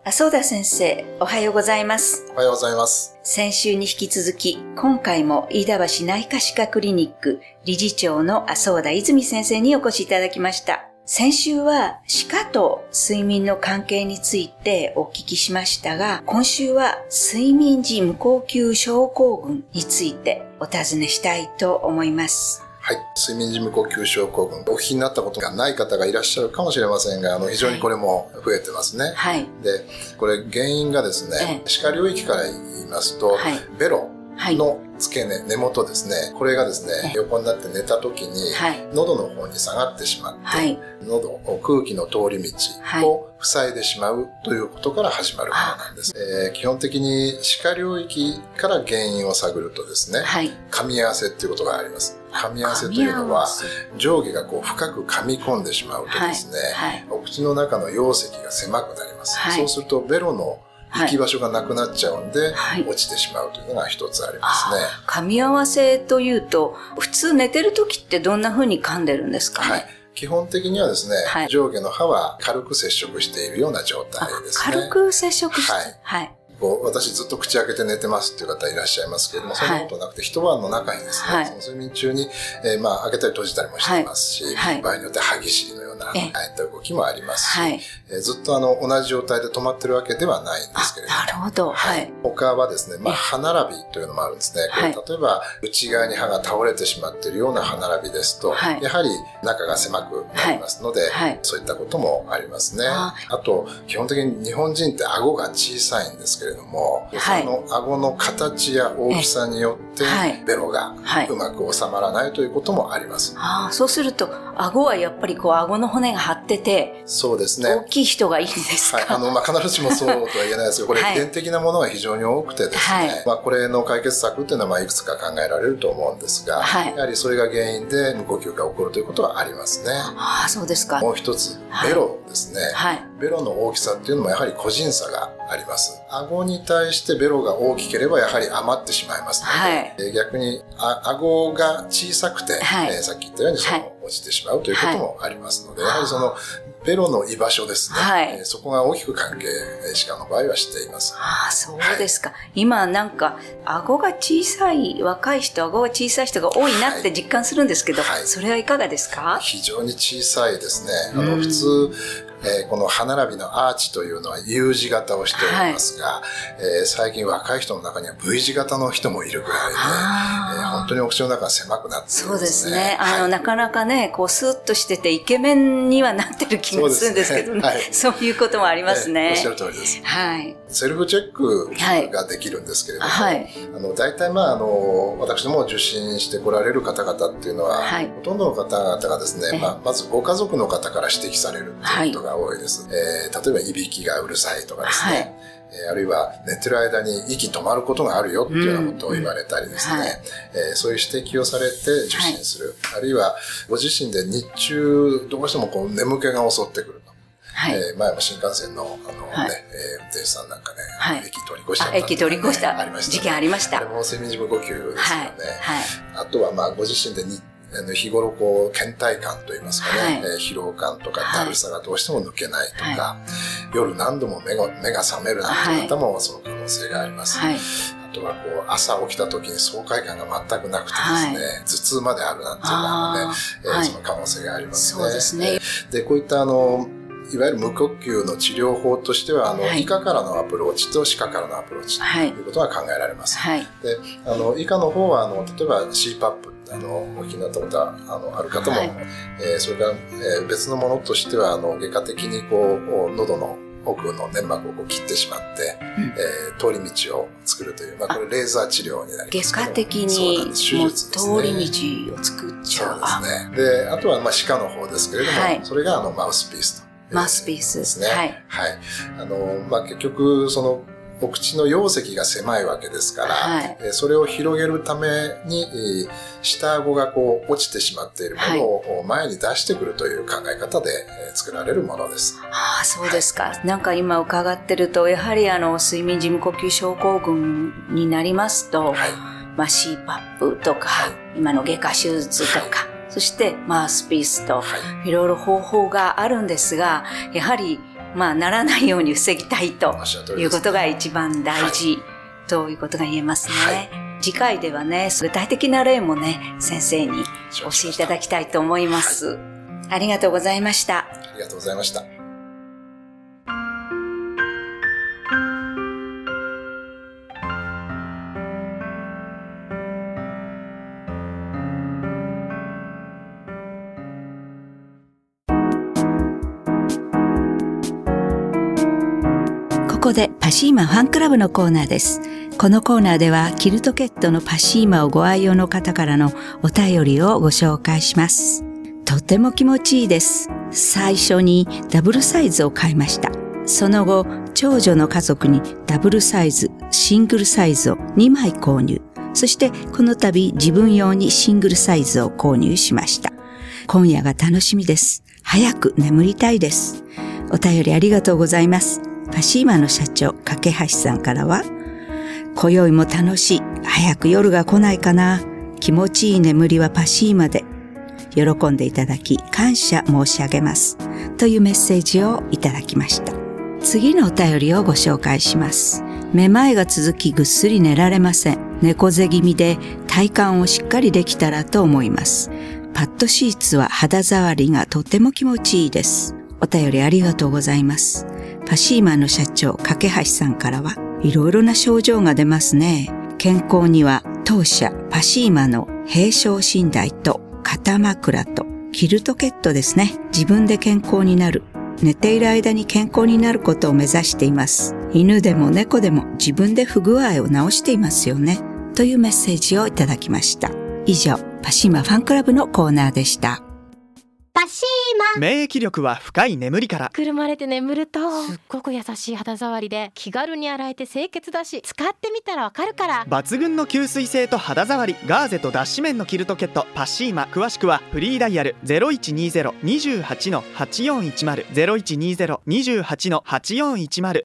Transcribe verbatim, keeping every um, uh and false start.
麻生田先生、おはようございます。 おはようございます。 先週に引き続き、今回も飯田橋内科歯科クリニック理事長の麻生田泉先生にお越しいただきました。先週は歯科と睡眠の関係についてお聞きしましたが、今週は睡眠時無呼吸症候群についてお尋ねしたいと思います。 はい。睡眠時無呼吸症候群。お聞きになったことがない方がいらっしゃるかもしれませんが、あの、非常にこれも増えてますね。 はい。 で、これ原因がですね、歯科領域から言いますと、はい、ベロの付け根、根元ですね。これがですね、横になって寝た時に、喉の方に下がってしまって、はい、喉、空気の通り道を塞いでしまうということから始まるものなんです。えー、基本的に歯科領域から原因を探るとですね、はい、噛み合わせっていうことがあります。噛み合わせというのは、上下がこう深く噛み込んでしまうとですね、はいはい、お口の中の容積が狭くなります。はい、そうするとベロの行き場所がなくなっちゃうんで、はい、落ちてしまうというのが一つありますね。 噛み合わせというと、普通寝てる時ってどんな風に噛んでるんですかね？はい、 基本的にはですね、はい、上下の歯は軽く接触しているような状態ですね。 軽く接触して、 はい。はいこう私ずっと口開けて寝てますっていう方いらっしゃいますけれども、そんなことなくて、一晩の中にですね、はい、その睡眠中に、えー、まあ開けたり閉じたりもしていますし、はい、場合によって歯ぎしりのような、ああいった動きもありますし、はいえー、ずっとあの同じ状態で止まってるわけではないんですけれども、 なるほど。はい。 他はですね、まあ歯並びというのもあるんですね。これ例えば内側に歯が倒れてしまっているような歯並びですと、はい、やはり中が狭くなりますので、はい、そういったこともありますね。あ, あと基本的に日本人って顎が小さいんですけれども、はい、その顎の形や大きさによってベロがうまく収まらないということもあります。 ああ、そうすると顎はやっぱりこう顎の骨が張ってて、 そうですね。 大きい人がいいんですか？ はい、あのまあ必ずしもそうとは言えないですけど、これ遺伝的なものが非常に多くてですね、はい、まあこれの解決策っていうのはまあいくつか考えられると思うんですが、はい、やはりそれが原因で無呼吸が起こるということはありますね。 ああ、そうですか。 もう一つベロですね。はい、ベロの大きさっていうのもやはり個人差があります。顎に対してベロが大きければやはり余ってしまいますので、はい、逆にあ顎が小さくて、はいえー、さっき言ったようにその、はい、落ちてしまうということもありますので、はい、やはりそのベロの居場所ですね、はいえー、そこが大きく関係歯科の場合はしています。 ああ、そうですか、はい、今なんか顎が小さい若い人、顎が小さい人が多いなって実感するんですけど、はい、それはいかがですか？ 非常に小さいですね。あの普通えー、この歯並びのアーチというのは U 字型をしておりますが、はいえー、最近若い人の中には V 字型の人もいるぐらいで、えー、本当にお口の中が狭くなっているんですね。 そうですね。あの、はい、なかなかね、こうスーッとしててイケメンにはなってる気がするんですけどね。そうですね。はい、そういうこともありますね。 えー、おっしゃる通りです。 はい。 セルフチェックができるんですけれども、はい、あの大体まああの私ども受診して来られる方々っていうのは、はい、ほとんどの方々がですね、まあ、まずご家族の方から指摘されるということが多いです。はいえー、例えばいびきがうるさいとかですね、はいえー、あるいは寝てる間に息止まることがあるよっていうようなことを言われたりですね、うんはいえー、そういう指摘をされて受診する、はい、あるいはご自身で日中どうしてもこう眠気が襲ってくると。はいえー、前も新幹線の、あの、はい、ね、えー、運転手さんなんかね、はい、駅通り越した、ね、 駅通り越した事件ありました。 あれも睡眠時無呼吸ですよね。はいはい、あとはまあご自身でに日頃こう倦怠感といいますかね、はいえー、疲労感とかだるさがどうしても抜けないとか、はい、夜何度も目が目が覚めるなんていう方もその可能性があります。はいあとはこう朝起きた時に爽快感が全くなくてですね、はい、頭痛まであるなんていうのがね、えーはい、その可能性がありますね。 そうですね。 でこういったあのいわゆる無呼吸の治療法としてはあの、はい、医科からのアプローチと歯科からのアプローチということが考えられます。はい、であの医科の方はあの例えば シーパップ あのお聞きになったことはあのある方も、はいえー、それから、えー、別のものとしてはあの外科的にこう喉の奥の粘膜をこう切ってしまって、うんえー、通り道を作るという、まあ、これレーザー治療になりますけど。 外科的に手術ですね。通り道を作っちゃう。 そうですね。で、あとはまあ歯科の方ですけれども、はい、それがあのマウスピースと。 マウスピースですね。はい。はい。あの、まあ、結局、その、お口の容積が狭いわけですから、はい、それを広げるために、下顎がこう落ちてしまっているものを前に出してくるという考え方で作られるものです。 ああ、そうですか。はい、なんか今伺ってると、やはりあの、睡眠時無呼吸症候群になりますと、はい、まあ、シーパップ とか、はい、今の外科手術とか、はいそしてマウスピースといろいろ方法があるんですが、やはりまあ、ならないように防ぎたいということが一番大事、はい、ということが言えますね。はい、次回ではね、具体的な例もね、先生に教えていただきたいと思います。はい、ありがとうございました。ありがとうございました。 ここでパシーマファンクラブのコーナーです。このコーナーではキルトケットのパシーマをご愛用の方からのお便りをご紹介します。とても気持ちいいです。最初にダブルサイズを買いました。その後、長女の家族にダブルサイズ、シングルサイズをにまい購入。そしてこの度自分用にシングルサイズを購入しました。今夜が楽しみです。早く眠りたいです。お便りありがとうございます。パシーマの社長、架橋さんからは、今宵も楽しい。早く夜が来ないかな。気持ちいい眠りはパシーマで。喜んでいただき、感謝申し上げます。というメッセージをいただきました。次のお便りをご紹介します。めまいが続きぐっすり寝られません。猫背気味で体幹をしっかりできたらと思います。パッドシーツは肌触りがとても気持ちいいです。お便りありがとうございます。パシーマの社長、架橋さんからは、いろいろな症状が出ますね。健康には当社パシーマの平床寝台と肩枕とキルトケットですね。自分で健康になる。寝ている間に健康になることを目指しています。犬でも猫でも自分で不具合を直していますよね。というメッセージをいただきました。以上、パシーマファンクラブのコーナーでした。 パシーマ。 免疫力は深い眠りから。 くるまれて眠るとすっごく優しい肌触りで気軽に洗えて清潔だし、使ってみたらわかるから。 抜群の吸水性と肌触り、ガーゼと脱脂綿のキルトケットパシーマ。詳しくはフリーダイヤル ゼロいちにゼロ にじゅうはちのはちよんいちゼロ ゼロいちにゼロ にじゅうはちのはちよんいちゼロ